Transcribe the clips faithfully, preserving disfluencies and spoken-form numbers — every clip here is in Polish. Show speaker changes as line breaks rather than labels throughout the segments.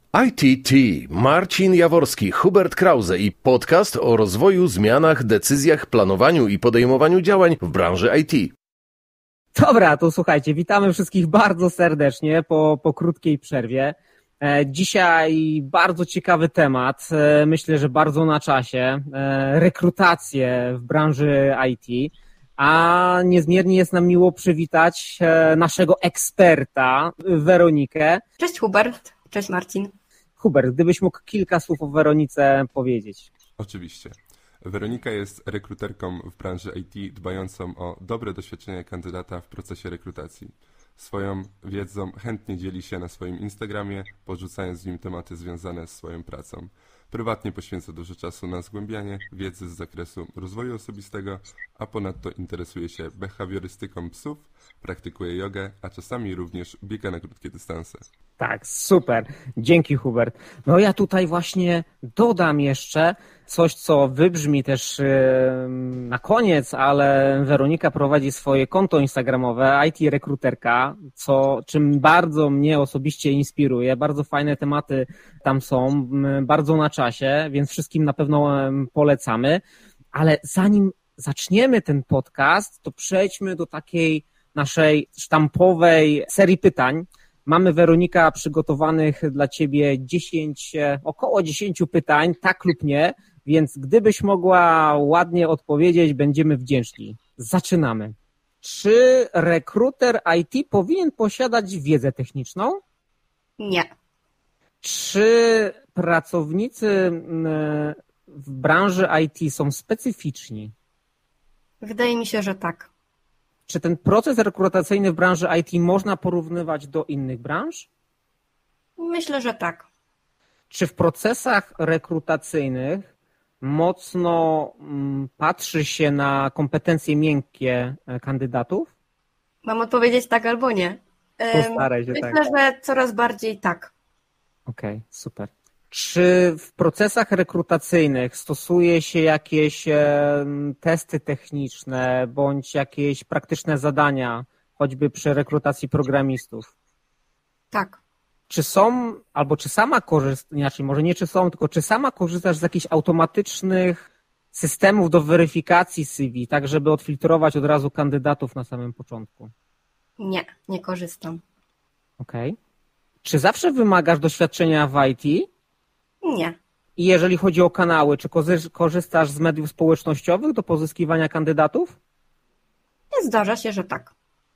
I T T, Marcin Jaworski, Hubert Krause i podcast o rozwoju, zmianach, decyzjach, planowaniu i podejmowaniu działań w branży I T.
Dobra, to słuchajcie, witamy wszystkich bardzo serdecznie po, po krótkiej przerwie. Dzisiaj bardzo ciekawy temat, myślę, że bardzo na czasie, rekrutacje w branży I T, a niezmiernie jest nam miło przywitać naszego eksperta, Weronikę.
Cześć Hubert, cześć Marcin.
Hubert, gdybyś mógł kilka słów o Weronice powiedzieć.
Oczywiście. Weronika jest rekruterką w branży I T, dbającą o dobre doświadczenie kandydata w procesie rekrutacji. Swoją wiedzą chętnie dzieli się na swoim Instagramie, porzucając w nim tematy związane z swoją pracą. Prywatnie poświęca dużo czasu na zgłębianie wiedzy z zakresu rozwoju osobistego, a ponadto interesuje się behawiorystyką psów, praktykuje jogę, a czasami również biega na krótkie dystanse.
Tak, super. Dzięki, Hubert. No ja tutaj właśnie dodam jeszcze coś, co wybrzmi też na koniec, ale Weronika prowadzi swoje konto instagramowe I T Rekruterka, co, czym bardzo mnie osobiście inspiruje. Bardzo fajne tematy tam są, bardzo na czasie, więc wszystkim na pewno polecamy. Ale zanim zaczniemy ten podcast, to przejdźmy do takiej naszej sztampowej serii pytań. Mamy, Weronika, przygotowanych dla Ciebie dziesięć, około dziesięć pytań, tak lub nie, więc gdybyś mogła ładnie odpowiedzieć, będziemy wdzięczni. Zaczynamy. Czy rekruter I T powinien posiadać wiedzę techniczną?
Nie.
Czy pracownicy w branży I T są specyficzni?
Wydaje mi się, że tak.
Czy ten proces rekrutacyjny w branży I T można porównywać do innych branż?
Myślę, że tak.
Czy w procesach rekrutacyjnych mocno patrzy się na kompetencje miękkie kandydatów?
Mam odpowiedzieć tak albo nie.
Postaraj się.
Myślę,
tak.
że coraz bardziej tak.
Okej, okay, super. Czy w procesach rekrutacyjnych stosuje się jakieś testy techniczne bądź jakieś praktyczne zadania, choćby przy rekrutacji programistów?
Tak.
Czy są, albo czy sama korzystasz, inaczej może nie czy są, tylko czy sama korzystasz z jakichś automatycznych systemów do weryfikacji C V, tak żeby odfiltrować od razu kandydatów na samym początku?
Nie, nie korzystam.
Okej. Okay. Czy zawsze wymagasz doświadczenia w I T?
Nie.
I jeżeli chodzi o kanały, czy korzystasz z mediów społecznościowych do pozyskiwania kandydatów?
Nie, zdarza się, że tak.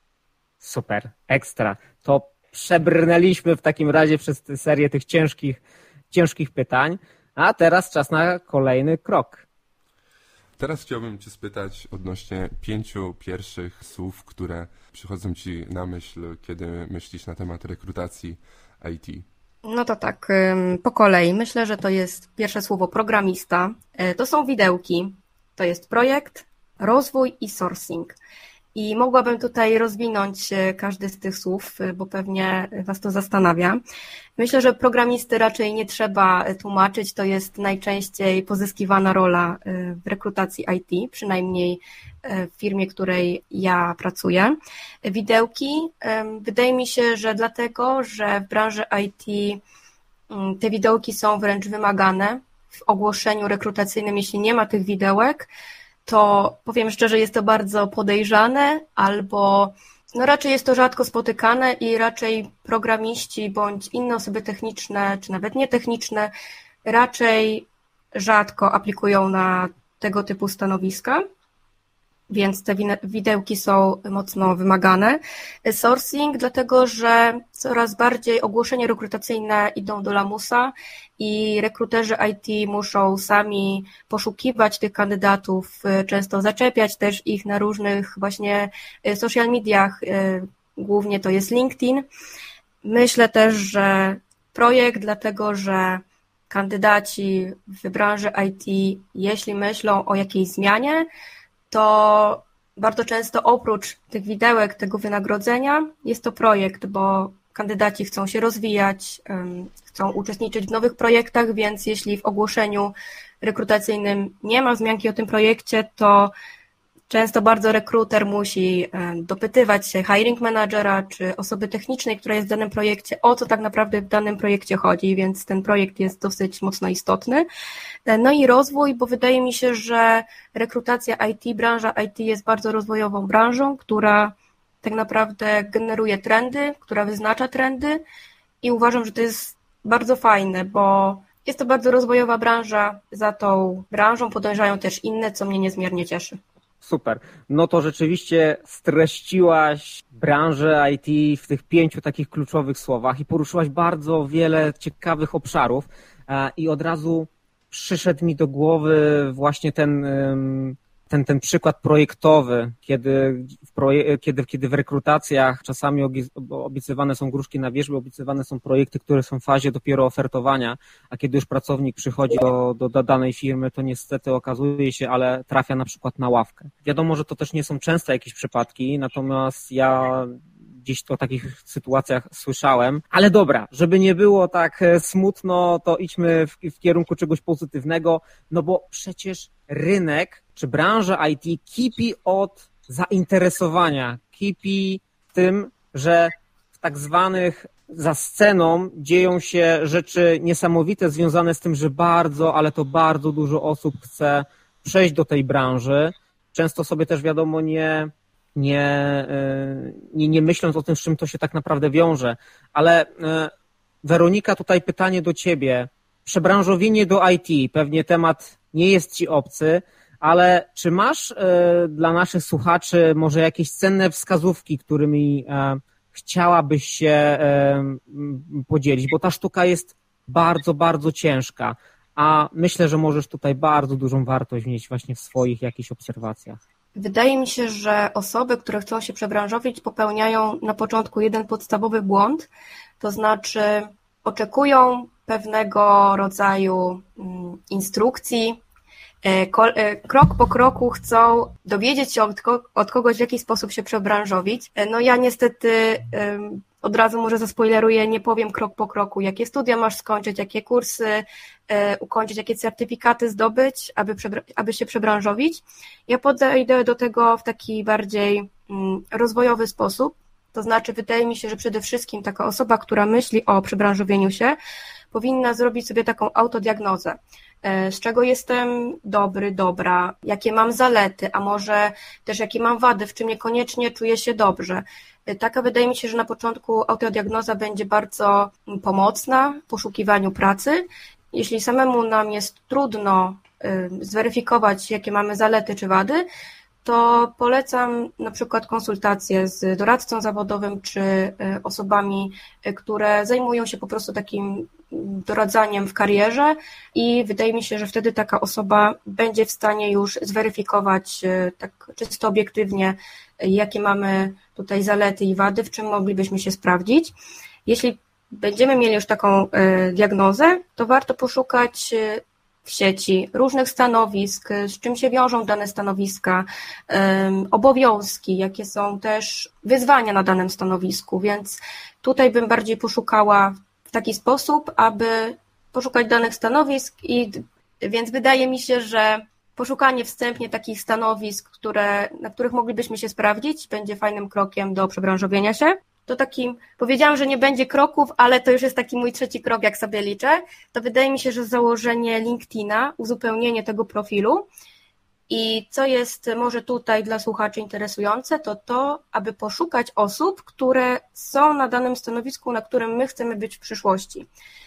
Super, ekstra. To przebrnęliśmy w takim razie przez tę serię tych ciężkich, ciężkich pytań, a teraz czas na kolejny krok.
Teraz chciałbym Cię spytać odnośnie pięciu pierwszych słów, które przychodzą Ci na myśl, kiedy myślisz na temat rekrutacji I T.
No to tak, po kolei. Myślę, że to jest pierwsze słowo programista. To są widełki, to jest projekt, rozwój i sourcing. I mogłabym tutaj rozwinąć każdy z tych słów, bo pewnie Was to zastanawia. Myślę, że programisty raczej nie trzeba tłumaczyć, to jest najczęściej pozyskiwana rola w rekrutacji I T, przynajmniej w firmie, w której ja pracuję. Widełki, wydaje mi się, że dlatego, że w branży I T te widełki są wręcz wymagane. W ogłoszeniu rekrutacyjnym, jeśli nie ma tych widełek, to powiem szczerze, jest to bardzo podejrzane, albo no raczej jest to rzadko spotykane i raczej programiści bądź inne osoby techniczne, czy nawet nietechniczne, raczej rzadko aplikują na tego typu stanowiska, więc te widełki są mocno wymagane. Sourcing, dlatego że coraz bardziej ogłoszenia rekrutacyjne idą do lamusa i rekruterzy I T muszą sami poszukiwać tych kandydatów, często zaczepiać też ich na różnych właśnie social mediach, głównie to jest LinkedIn. Myślę też, że projekt, dlatego że kandydaci w branży I T, jeśli myślą o jakiejś zmianie, to bardzo często oprócz tych widełek, tego wynagrodzenia jest to projekt, bo kandydaci chcą się rozwijać, chcą uczestniczyć w nowych projektach, więc jeśli w ogłoszeniu rekrutacyjnym nie ma wzmianki o tym projekcie, to często bardzo rekruter musi dopytywać się hiring managera czy osoby technicznej, która jest w danym projekcie, o co tak naprawdę w danym projekcie chodzi, więc ten projekt jest dosyć mocno istotny. No i rozwój, bo wydaje mi się, że rekrutacja I T, branża I T jest bardzo rozwojową branżą, która tak naprawdę generuje trendy, która wyznacza trendy i uważam, że to jest bardzo fajne, bo jest to bardzo rozwojowa branża, za tą branżą podążają też inne, co mnie niezmiernie cieszy.
Super. No to rzeczywiście streściłaś branżę I T w tych pięciu takich kluczowych słowach i poruszyłaś bardzo wiele ciekawych obszarów i od razu przyszedł mi do głowy właśnie ten, ten, ten przykład projektowy, kiedy w, proje- kiedy, kiedy w rekrutacjach czasami obiecywane są gruszki na wierzbie, obiecywane są projekty, które są w fazie dopiero ofertowania, a kiedy już pracownik przychodzi do, do, do danej firmy, to niestety okazuje się, ale trafia na przykład na ławkę. Wiadomo, że to też nie są częste jakieś przypadki, natomiast ja gdzieś to o takich sytuacjach słyszałem. Ale dobra, żeby nie było tak smutno, to idźmy w, w kierunku czegoś pozytywnego, no bo przecież rynek czy branża I T kipi od zainteresowania, kipi tym, że w tak zwanych za sceną dzieją się rzeczy niesamowite związane z tym, że bardzo, ale to bardzo dużo osób chce przejść do tej branży. Często sobie też wiadomo nie Nie, nie, nie myśląc o tym, z czym to się tak naprawdę wiąże. Ale Weronika, tutaj pytanie do ciebie. Przebranżowienie do I T, pewnie temat nie jest ci obcy, ale czy masz dla naszych słuchaczy może jakieś cenne wskazówki, którymi chciałabyś się podzielić? Bo ta sztuka jest bardzo, bardzo ciężka, a myślę, że możesz tutaj bardzo dużą wartość wnieść właśnie w swoich jakichś obserwacjach.
Wydaje mi się, że osoby, które chcą się przebranżowić, popełniają na początku jeden podstawowy błąd, to znaczy oczekują pewnego rodzaju instrukcji, krok po kroku chcą dowiedzieć się od kogoś, w jaki sposób się przebranżowić. No ja niestety od razu może zaspoileruję, nie powiem krok po kroku, jakie studia masz skończyć, jakie kursy ukończyć, jakie certyfikaty zdobyć, aby, aby się przebranżowić. Ja podejdę do tego w taki bardziej rozwojowy sposób, to znaczy wydaje mi się, że przede wszystkim taka osoba, która myśli o przebranżowieniu się, powinna zrobić sobie taką autodiagnozę. Z czego jestem dobry, dobra, jakie mam zalety, a może też jakie mam wady, w czym niekoniecznie czuję się dobrze. Taka wydaje mi się, że na początku autodiagnoza będzie bardzo pomocna w poszukiwaniu pracy. Jeśli samemu nam jest trudno zweryfikować, jakie mamy zalety czy wady, to polecam na przykład konsultacje z doradcą zawodowym czy osobami, które zajmują się po prostu takim doradzaniem w karierze i wydaje mi się, że wtedy taka osoba będzie w stanie już zweryfikować tak czysto obiektywnie, jakie mamy tutaj zalety i wady, w czym moglibyśmy się sprawdzić. Jeśli będziemy mieli już taką diagnozę, to warto poszukać w sieci różnych stanowisk, z czym się wiążą dane stanowiska, obowiązki, jakie są też wyzwania na danym stanowisku, więc tutaj bym bardziej poszukała w taki sposób, aby poszukać danych stanowisk i więc wydaje mi się, że poszukanie wstępnie takich stanowisk, które, na których moglibyśmy się sprawdzić, będzie fajnym krokiem do przebranżowienia się. To takim, powiedziałam, że nie będzie kroków, ale to już jest taki mój trzeci krok, jak sobie liczę, to wydaje mi się, że założenie LinkedIna, uzupełnienie tego profilu i co jest może tutaj dla słuchaczy interesujące, to to, aby poszukać osób, które są na danym stanowisku, na którym my chcemy być w przyszłości.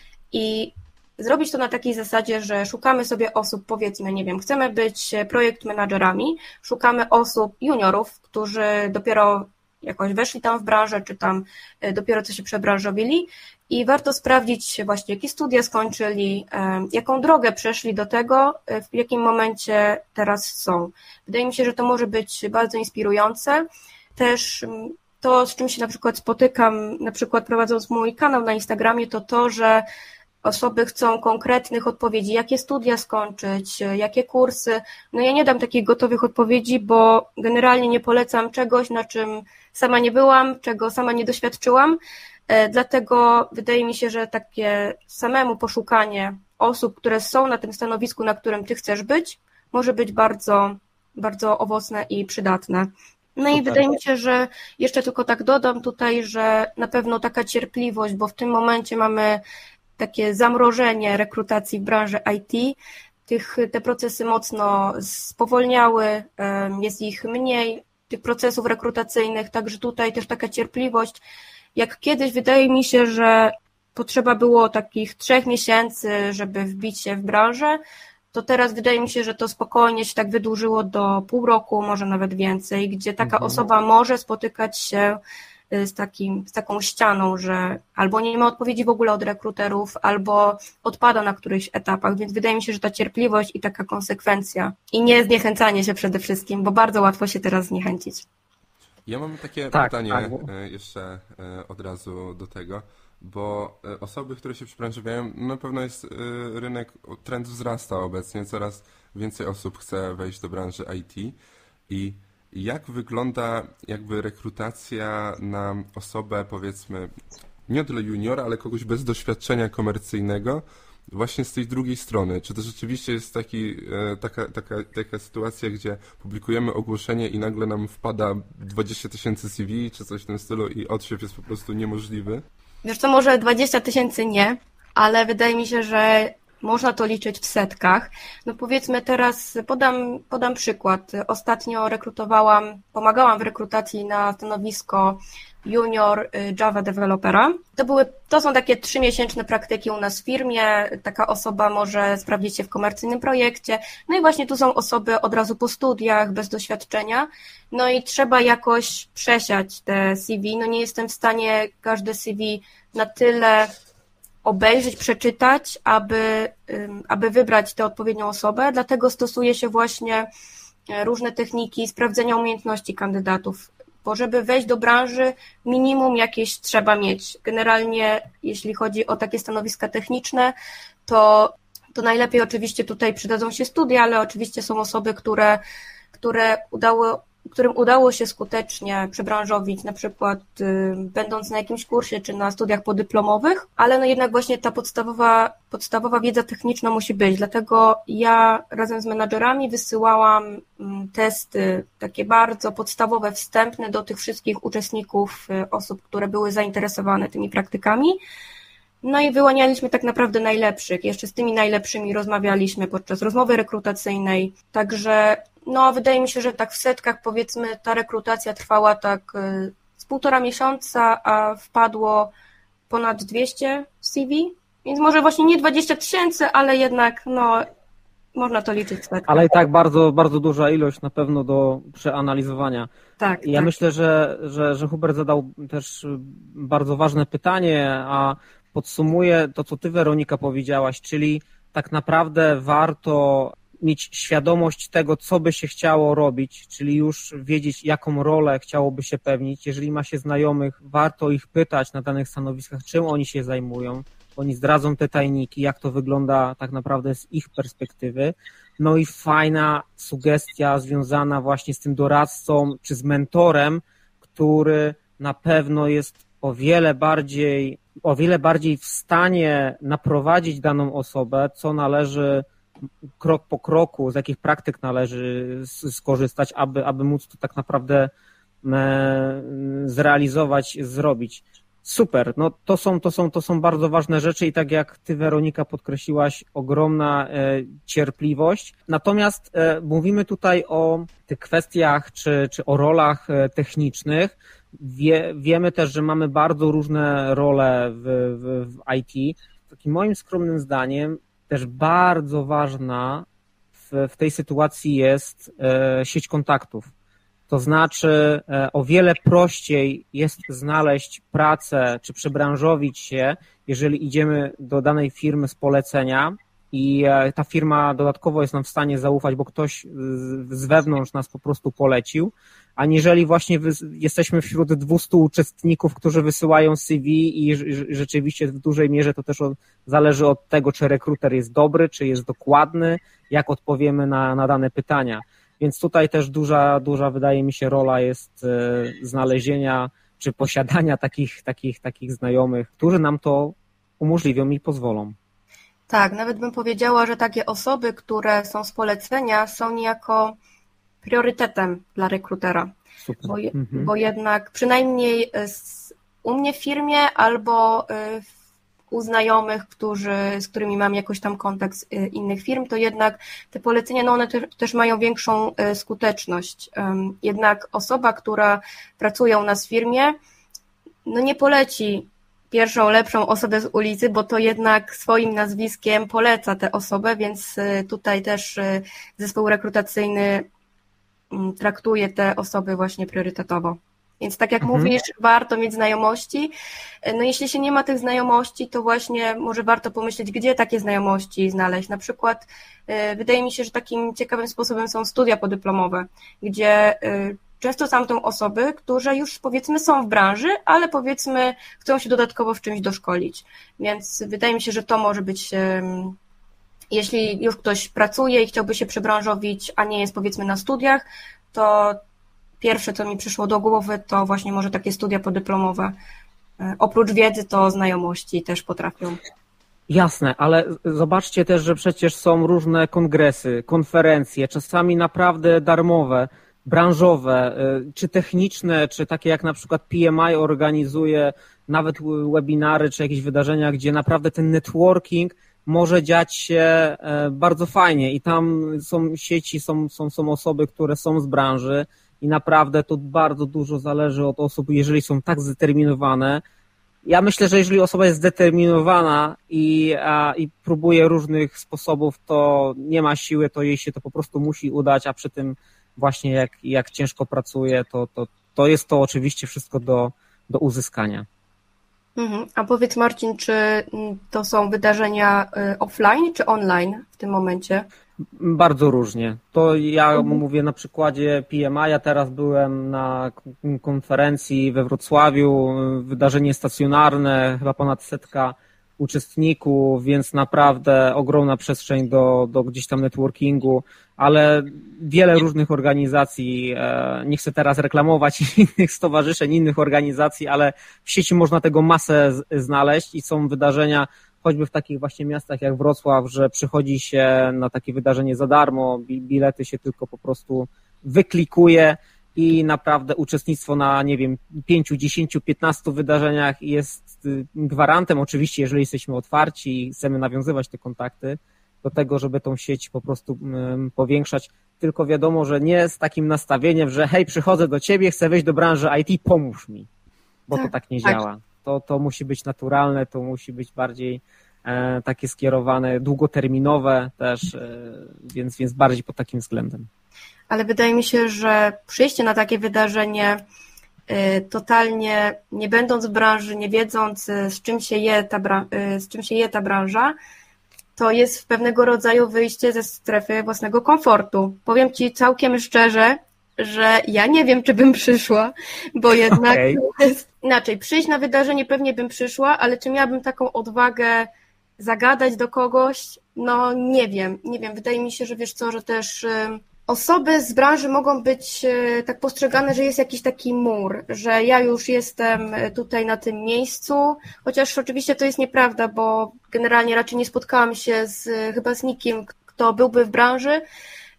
I zrobić to na takiej zasadzie, że szukamy sobie osób, powiedzmy, nie wiem, chcemy być projekt managerami, szukamy osób juniorów, którzy dopiero jakoś weszli tam w branżę, czy tam dopiero co się przebranżowili i warto sprawdzić właśnie, jakie studia skończyli, jaką drogę przeszli do tego, w jakim momencie teraz są. Wydaje mi się, że to może być bardzo inspirujące. Też to, z czym się na przykład spotykam, na przykład prowadząc mój kanał na Instagramie, to to, że osoby chcą konkretnych odpowiedzi, jakie studia skończyć, jakie kursy. No ja nie dam takich gotowych odpowiedzi, bo generalnie nie polecam czegoś, na czym sama nie byłam, czego sama nie doświadczyłam. Dlatego wydaje mi się, że takie samemu poszukanie osób, które są na tym stanowisku, na którym ty chcesz być, może być bardzo bardzo owocne i przydatne. No i
Super.
wydaje mi się, że jeszcze tylko tak dodam tutaj, że na pewno taka cierpliwość, bo w tym momencie mamy takie zamrożenie rekrutacji w branży I T. Tych, te procesy mocno spowolniały, jest ich mniej, tych procesów rekrutacyjnych, także tutaj też taka cierpliwość. Jak kiedyś wydaje mi się, że potrzeba było takich trzech miesięcy, żeby wbić się w branżę, to teraz wydaje mi się, że to spokojnie się tak wydłużyło do pół roku, może nawet więcej, gdzie taka
Mhm.
osoba może spotykać się z, takim, z taką ścianą, że albo nie ma odpowiedzi w ogóle od rekruterów, albo odpada na którychś etapach, więc wydaje mi się, że ta cierpliwość i taka konsekwencja i nie zniechęcanie się przede wszystkim, bo bardzo łatwo się teraz zniechęcić.
Ja mam takie
Tak,
pytanie
tak, bo-
e, jeszcze e, od razu do tego, bo e, osoby, które się przybranżowiają, na pewno jest e, rynek, trend wzrasta obecnie, coraz więcej osób chce wejść do branży I T i jak wygląda jakby rekrutacja na osobę, powiedzmy, nie tyle juniora, ale kogoś bez doświadczenia komercyjnego, właśnie z tej drugiej strony? Czy to rzeczywiście jest taki, e, taka, taka, taka sytuacja, gdzie publikujemy ogłoszenie i nagle nam wpada dwadzieścia tysięcy C V, czy coś w tym stylu i odsiew jest po prostu niemożliwy?
Wiesz co, może dwadzieścia tysięcy nie, ale wydaje mi się, że można to liczyć w setkach. No powiedzmy teraz, podam, podam przykład. Ostatnio rekrutowałam, pomagałam w rekrutacji na stanowisko junior Java dewelopera. To były, to są takie trzymiesięczne praktyki u nas w firmie. Taka osoba może sprawdzić się w komercyjnym projekcie. No i właśnie tu są osoby od razu po studiach, bez doświadczenia. No i trzeba jakoś przesiać te C V. No nie jestem w stanie każde C V na tyle obejrzeć, przeczytać, aby, aby wybrać tę odpowiednią osobę, dlatego stosuje się właśnie różne techniki sprawdzenia umiejętności kandydatów, bo żeby wejść do branży, minimum jakieś trzeba mieć. Generalnie, jeśli chodzi o takie stanowiska techniczne, to, to najlepiej oczywiście tutaj przydadzą się studia, ale oczywiście są osoby, które, które udało którym udało się skutecznie przebranżowić, na przykład y, będąc na jakimś kursie czy na studiach podyplomowych, ale no jednak właśnie ta podstawowa, podstawowa wiedza techniczna musi być, dlatego ja razem z menadżerami wysyłałam y, testy takie bardzo podstawowe, wstępne do tych wszystkich uczestników, y, osób, które były zainteresowane tymi praktykami. No i wyłanialiśmy tak naprawdę najlepszych. Jeszcze z tymi najlepszymi rozmawialiśmy podczas rozmowy rekrutacyjnej, także no, wydaje mi się, że tak w setkach, powiedzmy, ta rekrutacja trwała tak z półtora miesiąca, a wpadło ponad dwieście C V, więc może właśnie nie dwadzieścia tysięcy, ale jednak, no, można to liczyć w setkach.
Ale i tak bardzo, bardzo duża ilość na pewno do przeanalizowania.
Tak,
Ja
tak.
myślę, że, że, że Hubert zadał też bardzo ważne pytanie, a podsumuję to, co ty, Weronika, powiedziałaś, czyli tak naprawdę warto mieć świadomość tego, co by się chciało robić, czyli już wiedzieć, jaką rolę chciałoby się pełnić. Jeżeli ma się znajomych, warto ich pytać na danych stanowiskach, czym oni się zajmują. Oni zdradzą te tajniki, jak to wygląda tak naprawdę z ich perspektywy. No i fajna sugestia związana właśnie z tym doradcą czy z mentorem, który na pewno jest o wiele bardziej, o wiele bardziej w stanie naprowadzić daną osobę, co należy krok po kroku, z jakich praktyk należy skorzystać, aby, aby móc to tak naprawdę zrealizować, zrobić. Super, no to są, to są, to są bardzo ważne rzeczy i tak jak ty, Weronika, podkreśliłaś, ogromna cierpliwość. Natomiast mówimy tutaj o tych kwestiach czy, czy o rolach technicznych. Wie, wiemy też, że mamy bardzo różne role w, w, w I T. Takim moim skromnym zdaniem też bardzo ważna w, w tej sytuacji jest e, sieć kontaktów. To znaczy e, o wiele prościej jest znaleźć pracę czy przebranżowić się, jeżeli idziemy do danej firmy z polecenia i e, ta firma dodatkowo jest nam w stanie zaufać, bo ktoś z, z wewnątrz nas po prostu polecił, aniżeli właśnie wy, jesteśmy wśród dwustu uczestników, którzy wysyłają C V i rzeczywiście w dużej mierze to też od, zależy od tego, czy rekruter jest dobry, czy jest dokładny, jak odpowiemy na, na dane pytania. Więc tutaj też duża, duża wydaje mi się rola jest e, znalezienia czy posiadania takich, takich, takich znajomych, którzy nam to umożliwią i pozwolą.
Tak, nawet bym powiedziała, że takie osoby, które są z polecenia, są niejako priorytetem dla rekrutera.
Super.
Bo, je,
Mhm.
bo jednak przynajmniej u mnie w firmie albo u znajomych, którzy, z którymi mam jakoś tam kontakt z innych firm, to jednak te polecenia, no one te, też mają większą skuteczność. Jednak osoba, która pracuje u nas w firmie, no nie poleci pierwszą, lepszą osobę z ulicy, bo to jednak swoim nazwiskiem poleca tę osobę, więc tutaj też zespół rekrutacyjny traktuje te osoby właśnie priorytetowo. Więc tak jak mhm. mówisz, warto mieć znajomości. No jeśli się nie ma tych znajomości, to właśnie może warto pomyśleć, gdzie takie znajomości znaleźć. Na przykład wydaje mi się, że takim ciekawym sposobem są studia podyplomowe, gdzie często są to osoby, które już powiedzmy są w branży, ale powiedzmy chcą się dodatkowo w czymś doszkolić. Więc wydaje mi się, że to może być, jeśli już ktoś pracuje i chciałby się przebranżowić, a nie jest powiedzmy na studiach, to pierwsze, co mi przyszło do głowy, to właśnie może takie studia podyplomowe. Oprócz wiedzy, to znajomości też potrafią.
Jasne, ale zobaczcie też, że przecież są różne kongresy, konferencje, czasami naprawdę darmowe, branżowe, czy techniczne, czy takie jak na przykład P M I organizuje nawet webinary, czy jakieś wydarzenia, gdzie naprawdę ten networking może dziać się bardzo fajnie i tam są sieci, są, są, są osoby, które są z branży i naprawdę to bardzo dużo zależy od osób, jeżeli są tak zdeterminowane. Ja myślę, że jeżeli osoba jest zdeterminowana i, a, i próbuje różnych sposobów, to nie ma siły, to jej się to po prostu musi udać, a przy tym właśnie jak, jak ciężko pracuje, to, to, to jest to oczywiście wszystko do, do uzyskania.
Mhm. A powiedz Marcin, czy to są wydarzenia offline czy online w tym momencie?
Bardzo różnie. To ja mhm. mówię na przykładzie P M I. Ja teraz byłem na konferencji we Wrocławiu, wydarzenie stacjonarne, chyba ponad setka uczestników, więc naprawdę ogromna przestrzeń do, do gdzieś tam networkingu, ale wiele różnych organizacji, nie chcę teraz reklamować innych stowarzyszeń, innych organizacji, ale w sieci można tego masę znaleźć i są wydarzenia, choćby w takich właśnie miastach jak Wrocław, że przychodzi się na takie wydarzenie za darmo, bilety się tylko po prostu wyklikuje i naprawdę uczestnictwo na, nie wiem, pięciu, dziesięciu, piętnastu wydarzeniach jest gwarantem, oczywiście, jeżeli jesteśmy otwarci i chcemy nawiązywać te kontakty, do tego, żeby tą sieć po prostu powiększać, tylko wiadomo, że nie z takim nastawieniem, że hej, przychodzę do ciebie, chcę wejść do branży I T, pomóż mi, bo tak, to tak nie tak. działa. To, to musi być naturalne, to musi być bardziej e, takie skierowane, długoterminowe też, e, więc, więc bardziej pod takim względem.
Ale wydaje mi się, że przyjście na takie wydarzenie e, totalnie nie będąc w branży, nie wiedząc e, z czym się je ta, bra- e, z czym się je ta branża, to jest pewnego rodzaju wyjście ze strefy własnego komfortu. Powiem Ci całkiem szczerze, że ja nie wiem, czy bym przyszła, bo jednak okay. jest inaczej. Przyjść na wydarzenie pewnie bym przyszła, ale czy miałabym taką odwagę zagadać do kogoś? No nie wiem, nie wiem. Wydaje mi się, że wiesz co, że też y, osoby z branży mogą być y, tak postrzegane, że jest jakiś taki mur, że ja już jestem tutaj na tym miejscu, chociaż oczywiście to jest nieprawda, bo generalnie raczej nie spotkałam się z, chyba z nikim, kto byłby w branży y,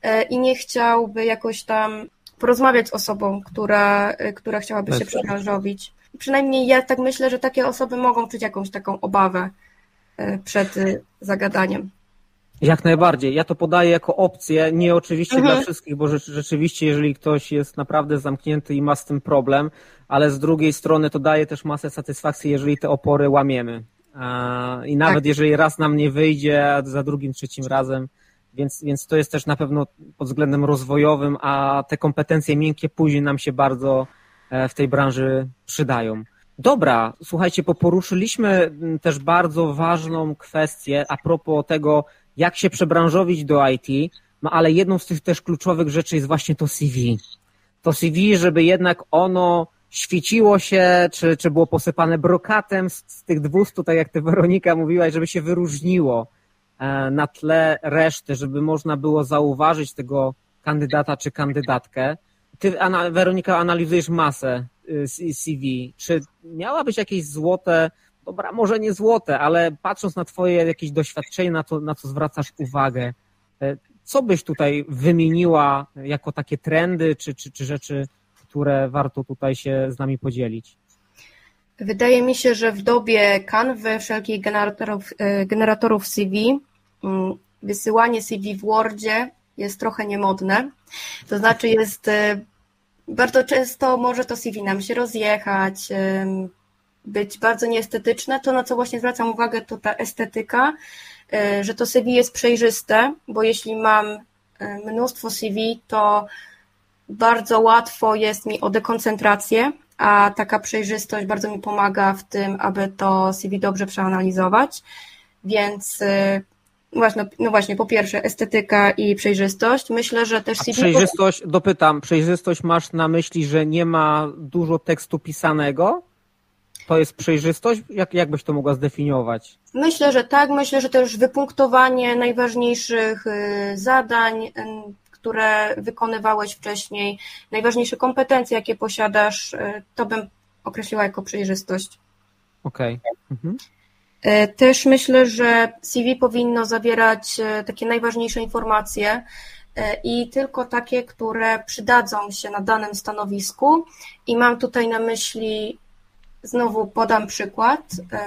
i nie chciałby jakoś tam porozmawiać z osobą, która, która chciałaby się przebranżowić. Przynajmniej ja tak myślę, że takie osoby mogą czuć jakąś taką obawę przed zagadaniem.
Jak najbardziej. Ja to podaję jako opcję, nie oczywiście mhm. dla wszystkich, bo rzeczywiście, jeżeli ktoś jest naprawdę zamknięty i ma z tym problem, ale z drugiej strony to daje też masę satysfakcji, jeżeli te opory łamiemy. I nawet tak. jeżeli raz nam nie wyjdzie, a za drugim, trzecim razem, Więc, więc to jest też na pewno pod względem rozwojowym, a te kompetencje miękkie później nam się bardzo w tej branży przydają. Dobra, słuchajcie, poruszyliśmy też bardzo ważną kwestię a propos tego, jak się przebranżowić do I T, no ale jedną z tych też kluczowych rzeczy jest właśnie to C V. To C V, żeby jednak ono świeciło się, czy, czy było posypane brokatem z, z tych dwustu, tak jak ty Weronika mówiłaś, żeby się wyróżniło na tle reszty, żeby można było zauważyć tego kandydata czy kandydatkę. Ty, Weronika, analizujesz masę C V. Czy miałabyś jakieś złote, dobra, może nie złote, ale patrząc na twoje jakieś doświadczenie, na to, na co zwracasz uwagę, co byś tutaj wymieniła jako takie trendy, czy, czy, czy rzeczy, które warto tutaj się z nami podzielić?
Wydaje mi się, że w dobie Canvy, wszelkich generatorów, generatorów C V, wysyłanie C V w Wordzie jest trochę niemodne. To znaczy jest bardzo często może to C V nam się rozjechać, być bardzo nieestetyczne. To, na co właśnie zwracam uwagę, to ta estetyka, że to C V jest przejrzyste, bo jeśli mam mnóstwo C V, to bardzo łatwo jest mi o dekoncentrację, a taka przejrzystość bardzo mi pomaga w tym, aby to C V dobrze przeanalizować, więc właśnie, no właśnie, po pierwsze estetyka i przejrzystość. Myślę, że też C V...
A przejrzystość, dopytam, przejrzystość masz na myśli, że nie ma dużo tekstu pisanego? To jest przejrzystość? Jak, jak byś to mogła zdefiniować?
Myślę, że tak. Myślę, że też wypunktowanie najważniejszych zadań, które wykonywałeś wcześniej, najważniejsze kompetencje, jakie posiadasz, to bym określiła jako przejrzystość.
Okej. Okay. Mhm.
Też myślę, że C V powinno zawierać takie najważniejsze informacje i tylko takie, które przydadzą się na danym stanowisku. I mam tutaj na myśli, znowu podam przykład,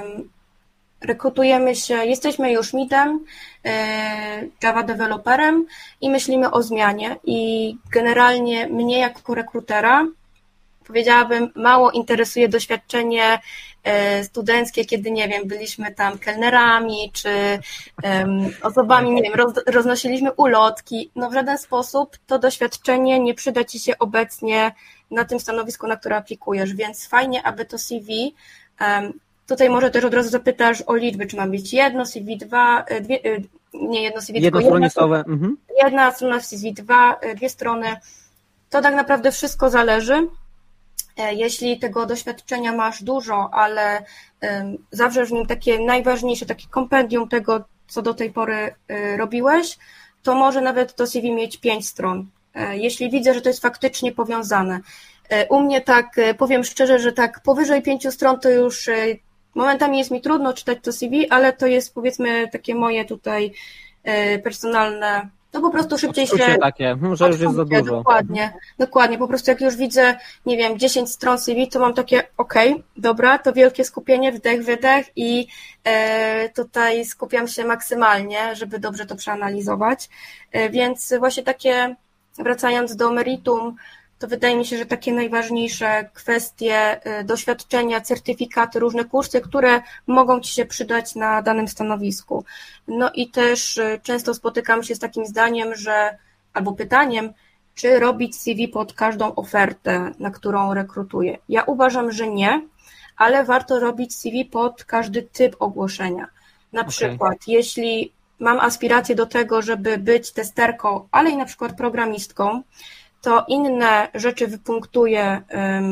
rekrutujemy się, jesteśmy już midem, Java developerem i myślimy o zmianie i generalnie mnie jako rekrutera, powiedziałabym, mało interesuje doświadczenie studenckie, kiedy, nie wiem, byliśmy tam kelnerami, czy um, osobami, nie wiem, roz, roznosiliśmy ulotki. No w żaden sposób to doświadczenie nie przyda ci się obecnie na tym stanowisku, na które aplikujesz, więc fajnie, aby to C V, um, tutaj może też od razu zapytasz o liczby, czy ma być jedno C V, dwa, dwie, nie jedno C V, tylko jedna,
mhm.
jedna strona w C V, dwa, dwie strony. To tak naprawdę wszystko zależy. Jeśli tego doświadczenia masz dużo, ale zawrzesz w nim takie najważniejsze, takie kompendium tego, co do tej pory robiłeś, to może nawet to C V mieć pięć stron. Jeśli widzę, że to jest faktycznie powiązane. U mnie tak, powiem szczerze, że tak powyżej pięciu stron to już momentami jest mi trudno czytać to C V, ale to jest, powiedzmy, takie moje tutaj personalne. To po prostu szybciej się...
takie, że już jest za dużo.
Dokładnie, dokładnie. Po prostu jak już widzę, nie wiem, dziesięć stron C V, to mam takie, okej, okay, dobra, to wielkie skupienie, wdech, wydech i e, tutaj skupiam się maksymalnie, żeby dobrze to przeanalizować. E, więc właśnie takie, wracając do meritum, to wydaje mi się, że takie najważniejsze kwestie doświadczenia, certyfikaty, różne kursy, które mogą ci się przydać na danym stanowisku. No i też często spotykam się z takim zdaniem, że, albo pytaniem, czy robić C V pod każdą ofertę, na którą rekrutuję. Ja uważam, że nie, ale warto robić C V pod każdy typ ogłoszenia. Na okay. przykład, jeśli mam aspiracje do tego, żeby być testerką, ale i na przykład programistką, to inne rzeczy wypunktuję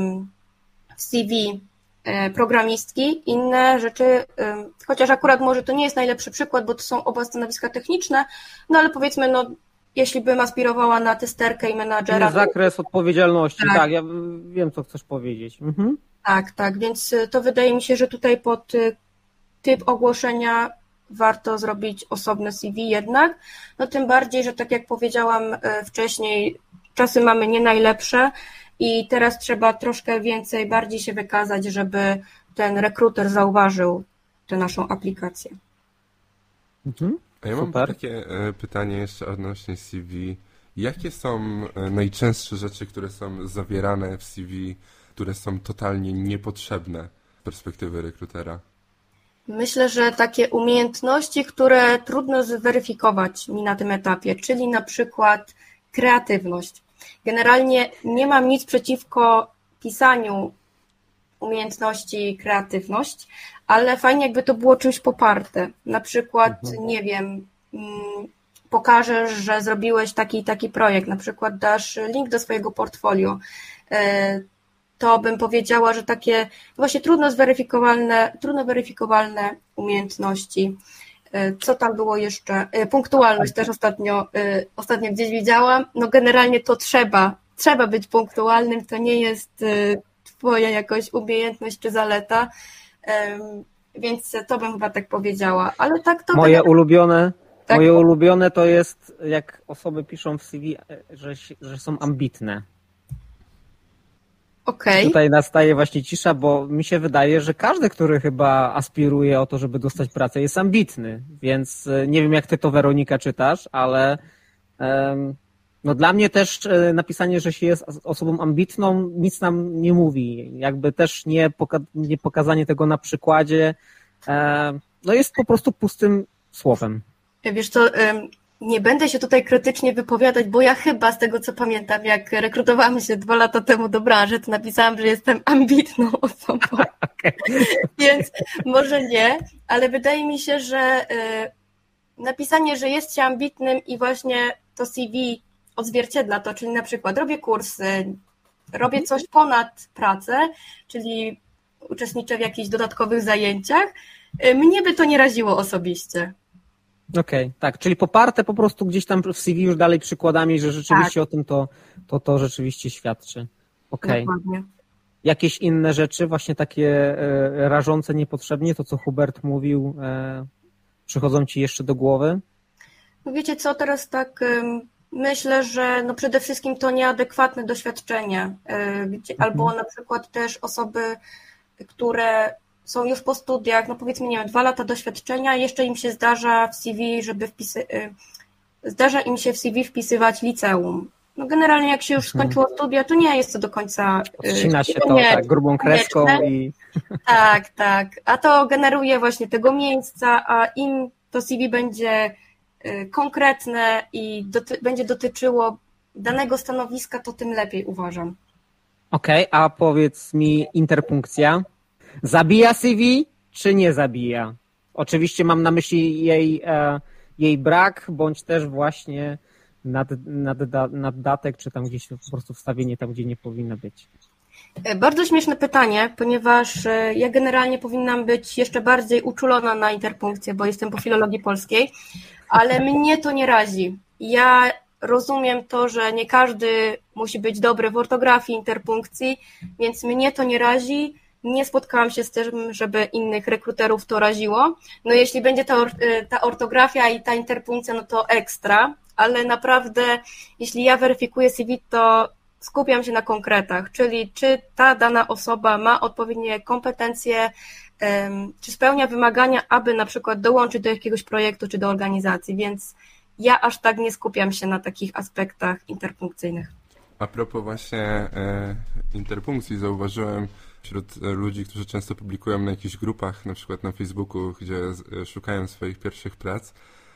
w C V programistki, inne rzeczy, chociaż akurat może to nie jest najlepszy przykład, bo to są oba stanowiska techniczne, no ale powiedzmy, no jeśli bym aspirowała na testerkę i menadżera...
Zakres odpowiedzialności, tak, tak ja wiem, co chcesz powiedzieć. Mhm.
Tak, tak, więc to wydaje mi się, że tutaj pod typ ogłoszenia warto zrobić osobne C V jednak, no tym bardziej, że tak jak powiedziałam wcześniej, czasy mamy nie najlepsze i teraz trzeba troszkę więcej, bardziej się wykazać, żeby ten rekruter zauważył tę naszą aplikację.
Mhm.
A ja mam
Super.
takie pytanie jeszcze odnośnie C V. Jakie są najczęstsze rzeczy, które są zawierane w C V, które są totalnie niepotrzebne z perspektywy rekrutera?
Myślę, że takie umiejętności, które trudno zweryfikować mi na tym etapie, czyli na przykład kreatywność. Generalnie nie mam nic przeciwko pisaniu umiejętności kreatywność, ale fajnie jakby to było czymś poparte. Na przykład, mhm. nie wiem, pokażesz, że zrobiłeś taki i taki projekt, na przykład dasz link do swojego portfolio. To bym powiedziała, że takie właśnie trudno zweryfikowalne, trudno weryfikowalne umiejętności. Co tam było jeszcze? Punktualność też ostatnio, ostatnio gdzieś widziałam. No generalnie to trzeba, trzeba być punktualnym, to nie jest twoja jakaś umiejętność czy zaleta, więc to bym chyba tak powiedziała. Ale tak to
Moje
tak...
ulubione,
Tak?
Moje ulubione to jest, jak osoby piszą w C V, że, że są ambitne.
Okej.
Tutaj nastaje właśnie cisza, bo mi się wydaje, że każdy, który chyba aspiruje o to, żeby dostać pracę, jest ambitny. Więc nie wiem, jak ty to, Weronika, czytasz, ale um, no dla mnie też napisanie, że się jest osobą ambitną, nic nam nie mówi. Jakby też nie, poka- nie pokazanie tego na przykładzie, um, no jest po prostu pustym słowem.
Wiesz co, nie będę się tutaj krytycznie wypowiadać, bo ja chyba z tego co pamiętam, jak rekrutowałam się dwa lata temu do branży, to napisałam, że jestem ambitną osobą.
Okay.
Więc może nie, ale wydaje mi się, że napisanie, że jest się ambitnym i właśnie to C V odzwierciedla to, czyli na przykład robię kursy, robię coś ponad pracę, czyli uczestniczę w jakichś dodatkowych zajęciach, mnie by to nie raziło osobiście.
Okej, okay, tak, czyli poparte po prostu gdzieś tam w C V już dalej przykładami, że rzeczywiście tak. o tym to, to, to rzeczywiście świadczy. Okej. Okay.
Dokładnie.
Jakieś inne rzeczy, właśnie takie e, rażące niepotrzebnie, to co Hubert mówił, e, przychodzą ci jeszcze do głowy?
No wiecie co, teraz tak y, myślę, że no przede wszystkim to nieadekwatne doświadczenie, y, gdzie, mhm. albo na przykład też osoby, które są już po studiach, no powiedzmy, nie wiem, dwa lata doświadczenia, jeszcze im się zdarza w C V, żeby wpisy, zdarza im się w C V wpisywać liceum. No generalnie jak się już skończyło studia, to nie jest to do końca...
Odcina się to tak grubą kreską i...
Tak, tak. A to generuje właśnie tego miejsca, a im to C V będzie konkretne i doty- będzie dotyczyło danego stanowiska, to tym lepiej, uważam.
Okej, okay, a powiedz mi interpunkcja. Zabija C V, czy nie zabija? Oczywiście mam na myśli jej, e, jej brak, bądź też właśnie nad, nad, naddatek, czy tam gdzieś po prostu wstawienie tam, gdzie nie powinno być.
Bardzo śmieszne pytanie, ponieważ ja generalnie powinnam być jeszcze bardziej uczulona na interpunkcję, bo jestem po filologii polskiej, ale mnie to nie razi. Ja rozumiem to, że nie każdy musi być dobry w ortografii, interpunkcji, więc mnie to nie razi. Nie spotkałam się z tym, żeby innych rekruterów to raziło. No jeśli będzie ta, ta ortografia i ta interpunkcja, no to ekstra, ale naprawdę jeśli ja weryfikuję C V, to skupiam się na konkretach, czyli czy ta dana osoba ma odpowiednie kompetencje, czy spełnia wymagania, aby na przykład dołączyć do jakiegoś projektu czy do organizacji, więc ja aż tak nie skupiam się na takich aspektach interpunkcyjnych.
A propos właśnie e, interpunkcji, zauważyłem wśród ludzi, którzy często publikują na jakichś grupach, na przykład na Facebooku, gdzie szukają swoich pierwszych prac,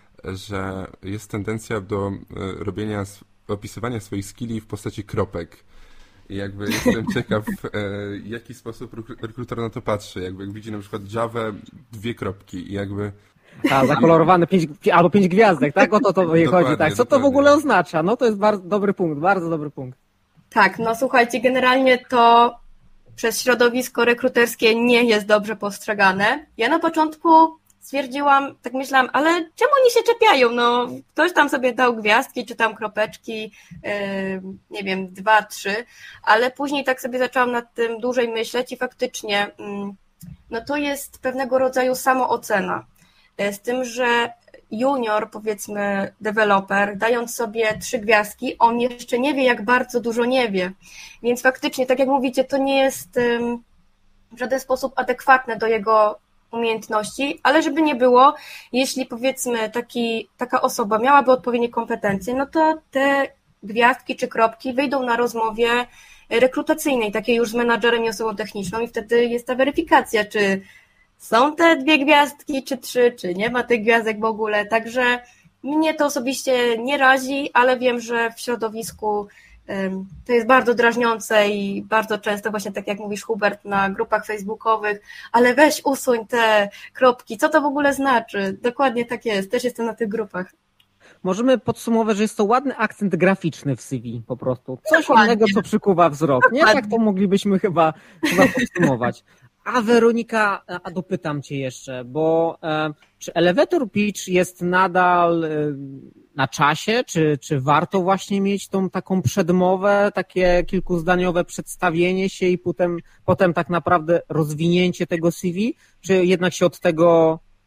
że jest tendencja do robienia, opisywania swoich skilli w postaci kropek. I jakby jestem ciekaw, w jaki sposób rekruter na to patrzy. Jakby jak widzi na przykład Java, dwie kropki i jakby...
A, zakolorowany pięć, albo pięć gwiazdek, tak? O to to chodzi, tak. Co to w ogóle oznacza? No to jest bardzo dobry punkt, bardzo dobry punkt.
Tak, no słuchajcie, generalnie to przez środowisko rekruterskie nie jest dobrze postrzegane. Ja na początku stwierdziłam, tak myślałam, ale czemu oni się czepiają? No, ktoś tam sobie dał gwiazdki, czy tam kropeczki, yy, nie wiem, dwa, trzy, ale później tak sobie zaczęłam nad tym dłużej myśleć i faktycznie yy, no to jest pewnego rodzaju samoocena. Yy, z tym, że junior, powiedzmy, deweloper, dając sobie trzy gwiazdki, on jeszcze nie wie, jak bardzo dużo nie wie. Więc faktycznie, tak jak mówicie, to nie jest yy, w żaden sposób adekwatne do jego umiejętności, ale żeby nie było, jeśli powiedzmy taki, taka osoba miałaby odpowiednie kompetencje, no to te gwiazdki czy kropki wyjdą na rozmowie rekrutacyjnej, takiej już z menadżerem i osobą techniczną i wtedy jest ta weryfikacja, czy są te dwie gwiazdki, czy trzy, czy nie ma tych gwiazdek w ogóle, także mnie to osobiście nie razi, ale wiem, że w środowisku to jest bardzo drażniące i bardzo często właśnie tak jak mówisz, Hubert, na grupach facebookowych, ale weź usuń te kropki, co to w ogóle znaczy? Dokładnie tak jest, też jestem na tych grupach.
Możemy podsumować, że jest to ładny akcent graficzny w C V po prostu. Coś Dokładnie. Innego, co przykuwa wzrok. Nie? Tak to moglibyśmy chyba, chyba podsumować. A Weronika, a dopytam Cię jeszcze, bo e, czy elevator pitch jest nadal e, na czasie, czy, czy warto właśnie mieć tą taką przedmowę, takie kilkuzdaniowe przedstawienie się i potem, potem tak naprawdę rozwinięcie tego C V, czy jednak się od tego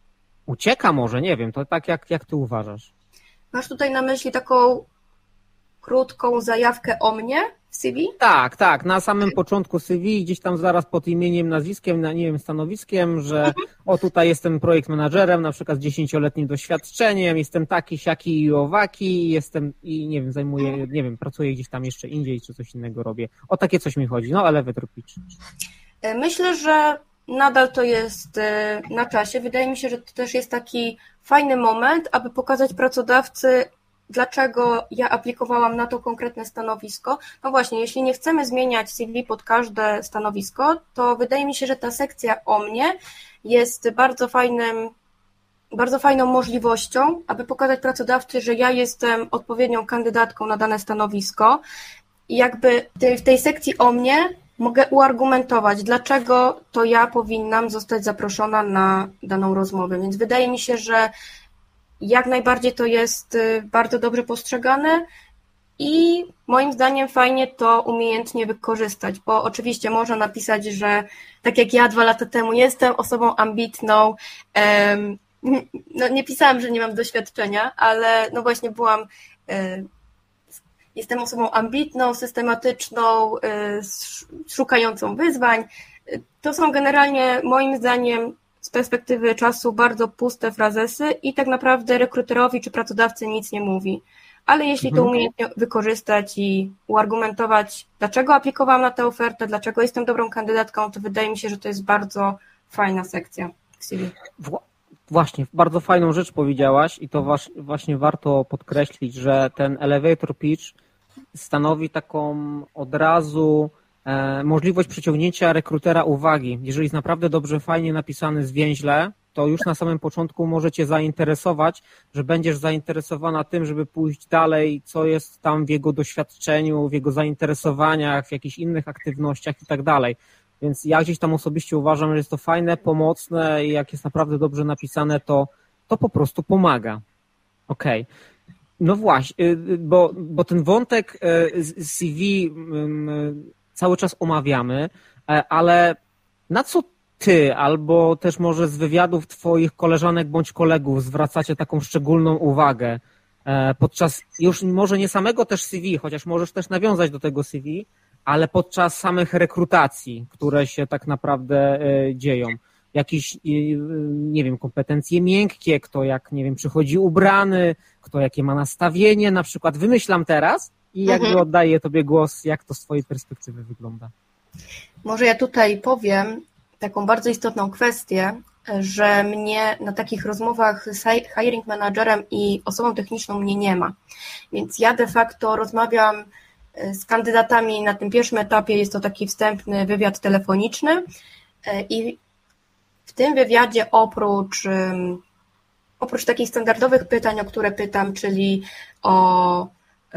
ucieka może, nie wiem, to tak jak, jak ty uważasz?
Masz tutaj na myśli taką krótką zajawkę o mnie w C V?
Tak, tak, na samym początku C V, gdzieś tam zaraz pod imieniem, nazwiskiem, na, nie wiem, stanowiskiem, że o tutaj jestem projekt managerem, na przykład z dziesięcioletnim doświadczeniem, jestem taki, siaki i owaki, jestem i nie wiem, zajmuję, nie wiem, pracuję gdzieś tam jeszcze indziej, czy coś innego robię. O takie coś mi chodzi, no elevator pitch.
Myślę, że nadal to jest na czasie. Wydaje mi się, że to też jest taki fajny moment, aby pokazać pracodawcy, dlaczego ja aplikowałam na to konkretne stanowisko. No właśnie, jeśli nie chcemy zmieniać C V pod każde stanowisko, to wydaje mi się, że ta sekcja o mnie jest bardzo fajnym, bardzo fajną możliwością, aby pokazać pracodawcy, że ja jestem odpowiednią kandydatką na dane stanowisko i jakby w tej sekcji o mnie mogę uargumentować, dlaczego to ja powinnam zostać zaproszona na daną rozmowę. Więc wydaje mi się, że jak najbardziej to jest bardzo dobrze postrzegane i moim zdaniem fajnie to umiejętnie wykorzystać, bo oczywiście można napisać, że tak jak ja dwa lata temu jestem osobą ambitną, no nie pisałam, że nie mam doświadczenia, ale no właśnie byłam, jestem osobą ambitną, systematyczną, szukającą wyzwań. To są generalnie moim zdaniem z perspektywy czasu bardzo puste frazesy i tak naprawdę rekruterowi czy pracodawcy nic nie mówi. Ale jeśli to umiejętnie wykorzystać i uargumentować, dlaczego aplikowałam na tę ofertę, dlaczego jestem dobrą kandydatką, to wydaje mi się, że to jest bardzo fajna sekcja w C V.
Właśnie, bardzo fajną rzecz powiedziałaś i to właśnie warto podkreślić, że ten elevator pitch stanowi taką od razu możliwość przyciągnięcia rekrutera uwagi. Jeżeli jest naprawdę dobrze, fajnie napisany zwięźle, to już na samym początku może cię zainteresować, że będziesz zainteresowana tym, żeby pójść dalej, co jest tam w jego doświadczeniu, w jego zainteresowaniach, w jakichś innych aktywnościach i tak dalej. Więc ja gdzieś tam osobiście uważam, że jest to fajne, pomocne i jak jest naprawdę dobrze napisane, to, to po prostu pomaga. Okej. Okay. No właśnie, bo, bo ten wątek z C V cały czas omawiamy, ale na co ty albo też może z wywiadów twoich koleżanek bądź kolegów zwracacie taką szczególną uwagę podczas już może nie samego też C V, chociaż możesz też nawiązać do tego C V, ale podczas samych rekrutacji, które się tak naprawdę dzieją. Jakieś, nie wiem, kompetencje miękkie, kto jak, nie wiem, przychodzi ubrany, kto jakie ma nastawienie, na przykład wymyślam teraz i jakby mhm. oddaję tobie głos, jak to z twojej perspektywy wygląda.
Może ja tutaj powiem taką bardzo istotną kwestię, że mnie na takich rozmowach z hiring managerem i osobą techniczną mnie nie ma. Więc ja de facto rozmawiam z kandydatami na tym pierwszym etapie, jest to taki wstępny wywiad telefoniczny i w tym wywiadzie oprócz, oprócz takich standardowych pytań, o które pytam, czyli o,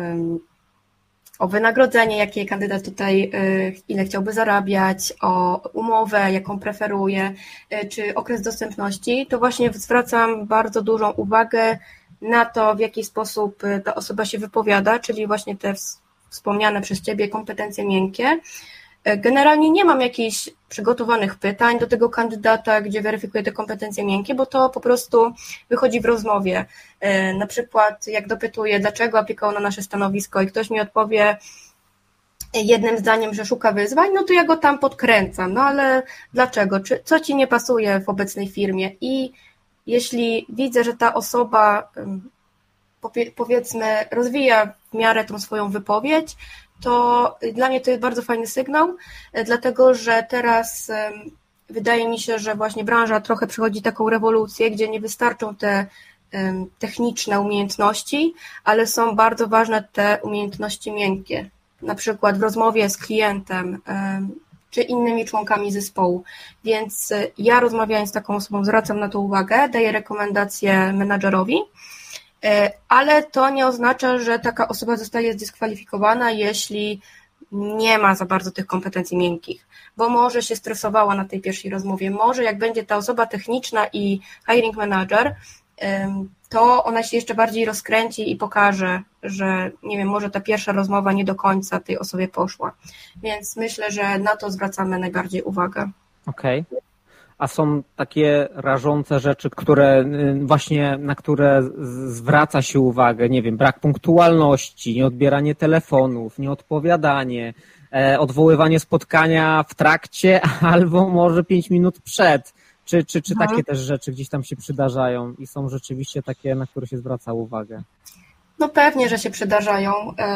o wynagrodzenie, jakie kandydat tutaj, ile chciałby zarabiać, o umowę, jaką preferuje, czy okres dostępności, to właśnie zwracam bardzo dużą uwagę na to, w jaki sposób ta osoba się wypowiada, czyli właśnie te wspomniane przez Ciebie kompetencje miękkie. Generalnie nie mam jakichś przygotowanych pytań do tego kandydata, gdzie weryfikuję te kompetencje miękkie, bo to po prostu wychodzi w rozmowie. Na przykład jak dopytuję, dlaczego aplikował na nasze stanowisko i ktoś mi odpowie jednym zdaniem, że szuka wyzwań, no to ja go tam podkręcam. No ale dlaczego? Czy, co Ci nie pasuje w obecnej firmie? I jeśli widzę, że ta osoba, powiedzmy, rozwija w miarę tą swoją wypowiedź, to dla mnie to jest bardzo fajny sygnał, dlatego że teraz wydaje mi się, że właśnie branża trochę przechodzi taką rewolucję, gdzie nie wystarczą te techniczne umiejętności, ale są bardzo ważne te umiejętności miękkie, na przykład w rozmowie z klientem czy innymi członkami zespołu. Więc ja rozmawiając z taką osobą zwracam na to uwagę, daję rekomendacje menadżerowi, ale to nie oznacza, że taka osoba zostaje zdyskwalifikowana, jeśli nie ma za bardzo tych kompetencji miękkich, bo może się stresowała na tej pierwszej rozmowie, może jak będzie ta osoba techniczna i hiring manager, to ona się jeszcze bardziej rozkręci i pokaże, że nie wiem, może ta pierwsza rozmowa nie do końca tej osobie poszła, więc myślę, że na to zwracamy najbardziej uwagę.
Okej. Okay. a są takie rażące rzeczy, które właśnie, na które zwraca się uwagę, nie wiem, brak punktualności, nieodbieranie telefonów, nieodpowiadanie, odwoływanie spotkania w trakcie albo może pięć minut przed. Czy, czy, czy takie też rzeczy gdzieś tam się przydarzają i są rzeczywiście takie, na które się zwraca uwagę?
No pewnie, że się przydarzają.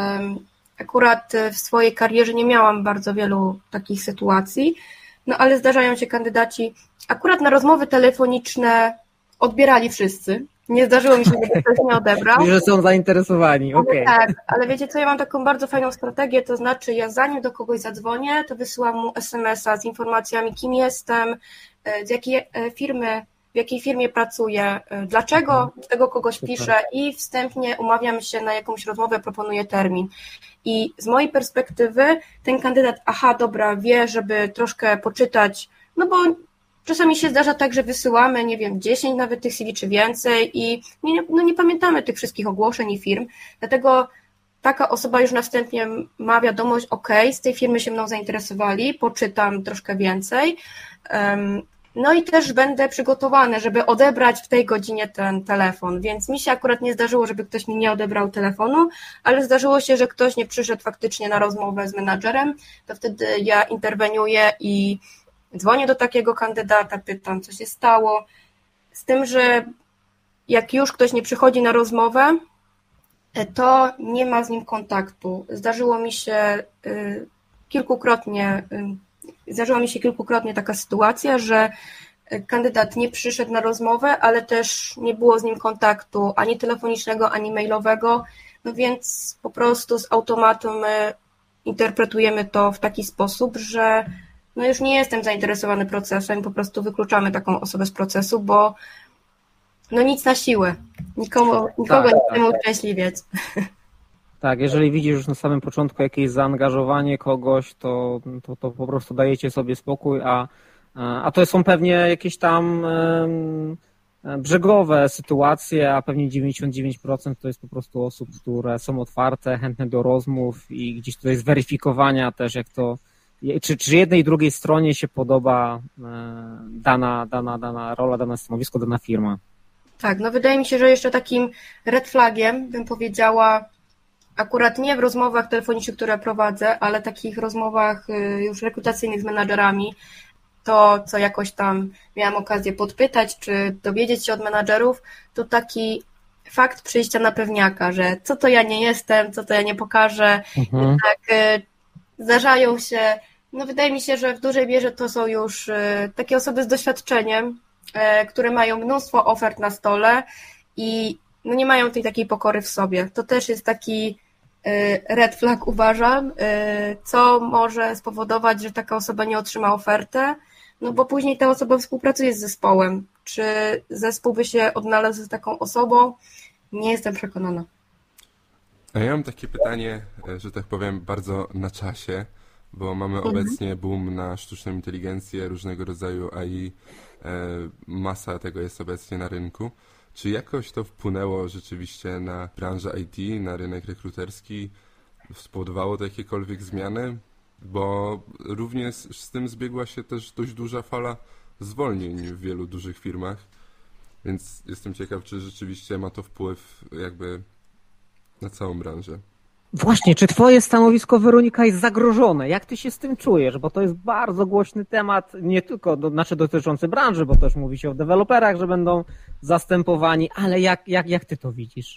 Akurat w swojej karierze nie miałam bardzo wielu takich sytuacji, no ale zdarzają się kandydaci. Akurat na rozmowy telefoniczne odbierali wszyscy. Nie zdarzyło mi się, żeby ktoś nie odebrał.
Że są zainteresowani, okej. Okay.
Tak, ale wiecie co, ja mam taką bardzo fajną strategię, to znaczy ja zanim do kogoś zadzwonię, to wysyłam mu es em es a z informacjami, kim jestem, z jakiej firmy, w jakiej firmie pracuję, dlaczego do tego kogoś piszę i wstępnie umawiam się na jakąś rozmowę, proponuję termin. I z mojej perspektywy ten kandydat, aha, dobra, wie, żeby troszkę poczytać, no bo czasami się zdarza tak, że wysyłamy, nie wiem, dziesięć nawet tych C V czy więcej i nie, no nie pamiętamy tych wszystkich ogłoszeń i firm, dlatego taka osoba już na wstępie ma wiadomość, ok, z tej firmy się mną zainteresowali, poczytam troszkę więcej, no i też będę przygotowany, żeby odebrać w tej godzinie ten telefon, więc mi się akurat nie zdarzyło, żeby ktoś mi nie odebrał telefonu, ale zdarzyło się, że ktoś nie przyszedł faktycznie na rozmowę z menadżerem, to wtedy ja interweniuję i dzwonię do takiego kandydata, pytam, co się stało, z tym, że jak już ktoś nie przychodzi na rozmowę, to nie ma z nim kontaktu. Zdarzyło mi się kilkukrotnie, zdarzyła mi się kilkukrotnie taka sytuacja, że kandydat nie przyszedł na rozmowę, ale też nie było z nim kontaktu ani telefonicznego, ani mailowego, no więc po prostu z automatu my interpretujemy to w taki sposób, że no już nie jestem zainteresowany procesem, po prostu wykluczamy taką osobę z procesu, bo no nic na siłę, nikomu, nikogo tak, nie chcemy tak. uszczęśliwiać.
Tak, jeżeli widzisz już na samym początku jakieś zaangażowanie kogoś, to, to, to po prostu dajecie sobie spokój, a, a to są pewnie jakieś tam um, brzegowe sytuacje, a pewnie dziewięćdziesiąt dziewięć procent to jest po prostu osób, które są otwarte, chętne do rozmów i gdzieś tutaj zweryfikowania też, jak to Czy, czy jednej i drugiej stronie się podoba dana, dana, dana rola, dane stanowisko, dana firma?
Tak, no wydaje mi się, że jeszcze takim red flagiem bym powiedziała, akurat nie w rozmowach telefonicznych, które prowadzę, ale takich rozmowach już rekrutacyjnych z menadżerami, to co jakoś tam miałam okazję podpytać, czy dowiedzieć się od menadżerów, to taki fakt przyjścia na pewniaka, że co to ja nie jestem, co to ja nie pokażę, mhm. tak zdarzają się. No wydaje mi się, że w dużej mierze to są już takie osoby z doświadczeniem, które mają mnóstwo ofert na stole i no nie mają tej takiej pokory w sobie. To też jest taki red flag, uważam, co może spowodować, że taka osoba nie otrzyma ofertę, no bo później ta osoba współpracuje z zespołem. Czy zespół by się odnalazł z taką osobą? Nie jestem przekonana.
A ja mam takie pytanie, że tak powiem, bardzo na czasie, bo mamy mhm. obecnie boom na sztuczną inteligencję, różnego rodzaju A I, masa tego jest obecnie na rynku. Czy jakoś to wpłynęło rzeczywiście na branżę I T, na rynek rekruterski? Spowodowało to jakiekolwiek zmiany? Bo również z tym zbiegła się też dość duża fala zwolnień w wielu dużych firmach, więc jestem ciekaw, czy rzeczywiście ma to wpływ jakby na całą branżę.
Właśnie, czy twoje stanowisko, Weronika, jest zagrożone? Jak ty się z tym czujesz? Bo to jest bardzo głośny temat, nie tylko do, znaczy dotyczący branży, bo też mówi się o deweloperach, że będą zastępowani, ale jak, jak, jak ty to widzisz?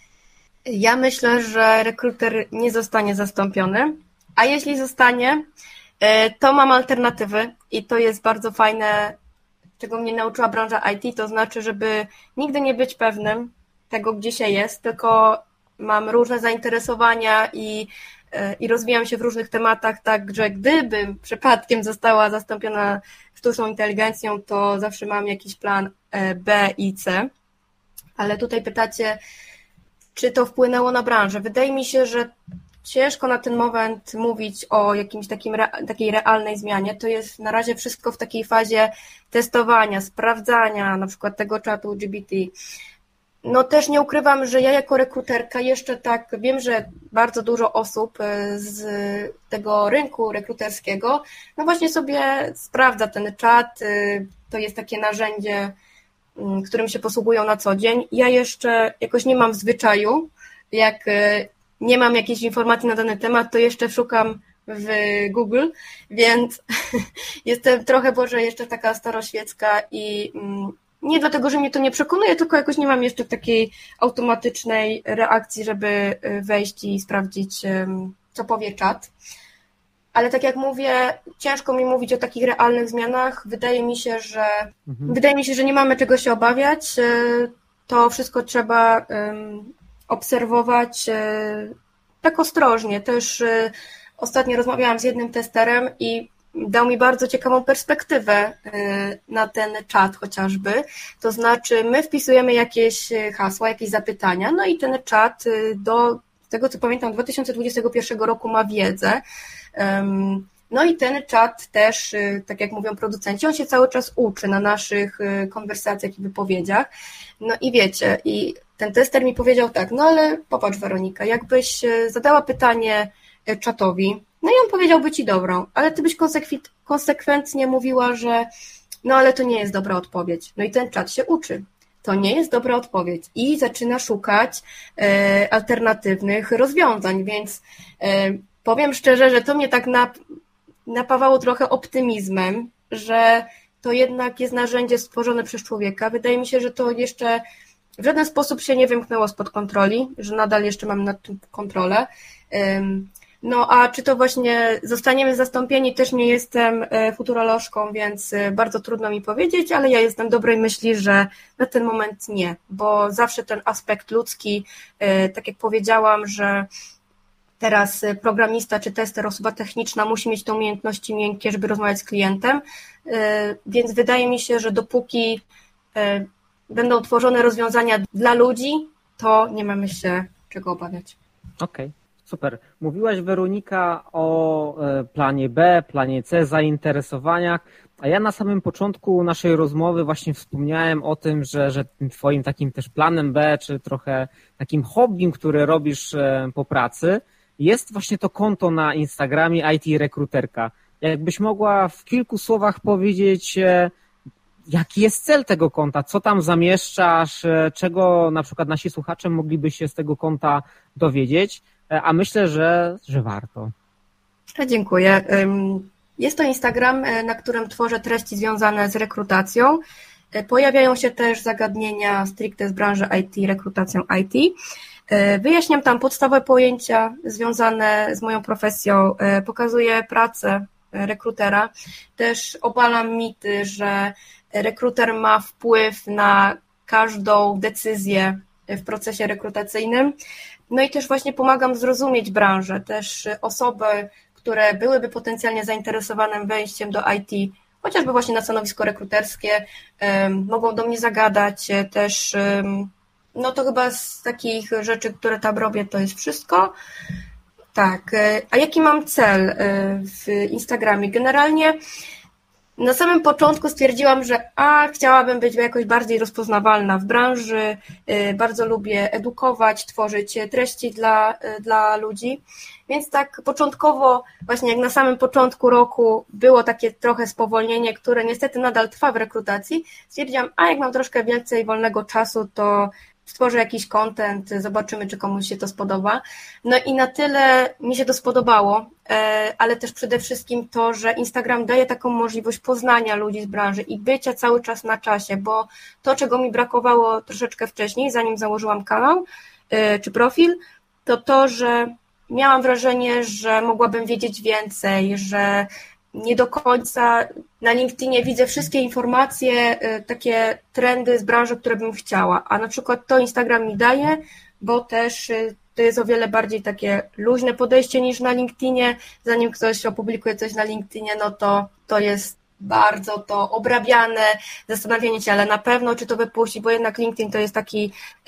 Ja myślę, że rekruter nie zostanie zastąpiony, a jeśli zostanie, to mam alternatywy i to jest bardzo fajne, czego mnie nauczyła branża I T, to znaczy, żeby nigdy nie być pewnym tego, gdzie się jest, tylko mam różne zainteresowania i, i rozwijam się w różnych tematach, także gdybym przypadkiem została zastąpiona sztuczną inteligencją, to zawsze mam jakiś plan B i C. Ale tutaj pytacie, czy to wpłynęło na branżę? Wydaje mi się, że ciężko na ten moment mówić o jakimś takim, takiej realnej zmianie. To jest na razie wszystko w takiej fazie testowania, sprawdzania, na przykład tego czatu G P T. no też nie ukrywam, że ja jako rekruterka jeszcze tak wiem, że bardzo dużo osób z tego rynku rekruterskiego no właśnie sobie sprawdza ten czat, to jest takie narzędzie, którym się posługują na co dzień. Ja jeszcze jakoś nie mam w zwyczaju, jak nie mam jakiejś informacji na dany temat, to jeszcze szukam w Google, więc jestem trochę może jeszcze taka staroświecka i nie dlatego, że mnie to nie przekonuje, tylko jakoś nie mam jeszcze takiej automatycznej reakcji, żeby wejść i sprawdzić, co powie czat. Ale tak jak mówię, ciężko mi mówić o takich realnych zmianach. Wydaje mi się, że mhm. wydaje mi się, że nie mamy czego się obawiać. To wszystko trzeba obserwować tak ostrożnie. Też ostatnio rozmawiałam z jednym testerem i dał mi bardzo ciekawą perspektywę na ten czat chociażby. To znaczy my wpisujemy jakieś hasła, jakieś zapytania, no i ten czat do tego, co pamiętam, dwa tysiące dwudziestego pierwszego roku ma wiedzę. No i ten czat też, tak jak mówią producenci, on się cały czas uczy na naszych konwersacjach i wypowiedziach. No i wiecie, i ten tester mi powiedział tak, no ale popatrz Weronika, jakbyś zadała pytanie czatowi, no i on powiedziałby ci dobrą, ale ty byś konsekwentnie mówiła, że no ale to nie jest dobra odpowiedź. No i ten czat się uczy. To nie jest dobra odpowiedź i zaczyna szukać e, alternatywnych rozwiązań, więc e, powiem szczerze, że to mnie tak nap, napawało trochę optymizmem, że to jednak jest narzędzie stworzone przez człowieka. Wydaje mi się, że to jeszcze w żaden sposób się nie wymknęło spod kontroli, że nadal jeszcze mam nad tym kontrolę. No a czy to właśnie zostaniemy zastąpieni, też nie jestem futurolożką, więc bardzo trudno mi powiedzieć, ale ja jestem dobrej myśli, że na ten moment nie, bo zawsze ten aspekt ludzki, tak jak powiedziałam, że teraz programista czy tester, osoba techniczna musi mieć te umiejętności miękkie, żeby rozmawiać z klientem, więc wydaje mi się, że dopóki będą tworzone rozwiązania dla ludzi, to nie mamy się czego obawiać.
Okej. Okay. Super. Mówiłaś, Weronika, o planie B, planie C, zainteresowaniach, a ja na samym początku naszej rozmowy właśnie wspomniałem o tym, że, że tym twoim takim też planem B, czy trochę takim hobbym, które robisz po pracy, jest właśnie to konto na Instagramie I T Rekruterka. Jakbyś mogła w kilku słowach powiedzieć, jaki jest cel tego konta, co tam zamieszczasz, czego na przykład nasi słuchacze mogliby się z tego konta dowiedzieć, a myślę, że, że warto.
Dziękuję. Jest to Instagram, na którym tworzę treści związane z rekrutacją. Pojawiają się też zagadnienia stricte z branży I T, rekrutacją I T. Wyjaśniam tam podstawowe pojęcia związane z moją profesją, pokazuję pracę rekrutera. Też obalam mity, że rekruter ma wpływ na każdą decyzję w procesie rekrutacyjnym. No i też właśnie pomagam zrozumieć branżę. Też osoby, które byłyby potencjalnie zainteresowane wejściem do I T, chociażby właśnie na stanowisko rekruterskie, mogą do mnie zagadać. Też, no to chyba z takich rzeczy, które tam robię, to jest wszystko. Tak, a jaki mam cel w Instagramie? Generalnie na samym początku stwierdziłam, że a, chciałabym być jakoś bardziej rozpoznawalna w branży, bardzo lubię edukować, tworzyć treści dla, dla ludzi, więc tak początkowo, właśnie jak na samym początku roku było takie trochę spowolnienie, które niestety nadal trwa w rekrutacji, stwierdziłam, a jak mam troszkę więcej wolnego czasu, to stworzę jakiś content, zobaczymy, czy komuś się to spodoba. No i na tyle mi się to spodobało, ale też przede wszystkim to, że Instagram daje taką możliwość poznania ludzi z branży i bycia cały czas na czasie, bo to, czego mi brakowało troszeczkę wcześniej, zanim założyłam kanał czy profil, to to, że miałam wrażenie, że mogłabym wiedzieć więcej, że nie do końca na LinkedInie widzę wszystkie informacje, takie trendy z branży, które bym chciała, a na przykład to Instagram mi daje, bo też to jest o wiele bardziej takie luźne podejście niż na LinkedInie. Zanim ktoś opublikuje coś na LinkedInie, no to to jest bardzo to obrabiane, zastanawianie się, ale na pewno czy to wypuści, bo jednak LinkedIn to jest taki,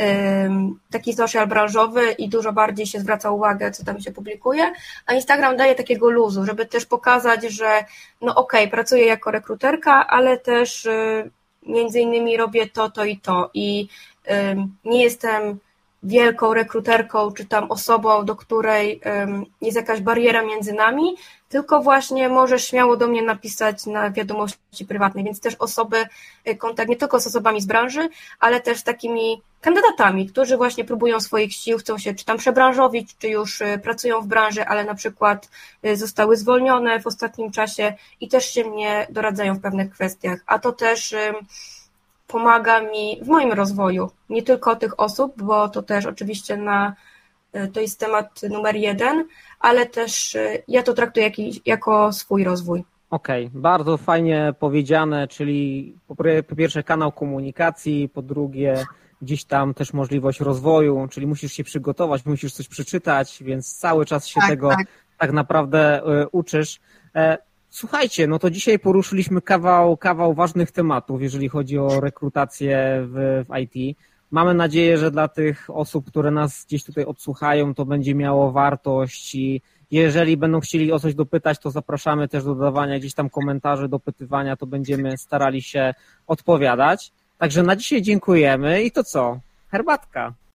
taki social branżowy i dużo bardziej się zwraca uwagę, co tam się publikuje, a Instagram daje takiego luzu, żeby też pokazać, że no okej, okay, pracuję jako rekruterka, ale też między innymi robię to, to i to i nie jestem wielką rekruterką, czy tam osobą, do której jest jakaś bariera między nami, tylko właśnie możesz śmiało do mnie napisać na wiadomości prywatnej, więc też osoby, kontakt nie tylko z osobami z branży, ale też z takimi kandydatami, którzy właśnie próbują swoich sił, chcą się czy tam przebranżowić, czy już pracują w branży, ale na przykład zostały zwolnione w ostatnim czasie i też się mnie doradzają w pewnych kwestiach, a to też pomaga mi w moim rozwoju, nie tylko tych osób, bo to też oczywiście na, to jest temat numer jeden, ale też ja to traktuję jak, jako swój rozwój.
Okej, okay, bardzo fajnie powiedziane, czyli po, po pierwsze kanał komunikacji, po drugie gdzieś tam też możliwość rozwoju, czyli musisz się przygotować, musisz coś przeczytać, więc cały czas się tak, tego tak. tak naprawdę y, uczysz. E, Słuchajcie, no to dzisiaj poruszyliśmy kawał, kawał ważnych tematów, jeżeli chodzi o rekrutację w, w I T. Mamy nadzieję, że dla tych osób, które nas gdzieś tutaj odsłuchają, to będzie miało wartość i jeżeli będą chcieli o coś dopytać, to zapraszamy też do dodawania gdzieś tam komentarzy, dopytywania, to będziemy starali się odpowiadać. Także na dzisiaj dziękujemy i to co? Herbatka.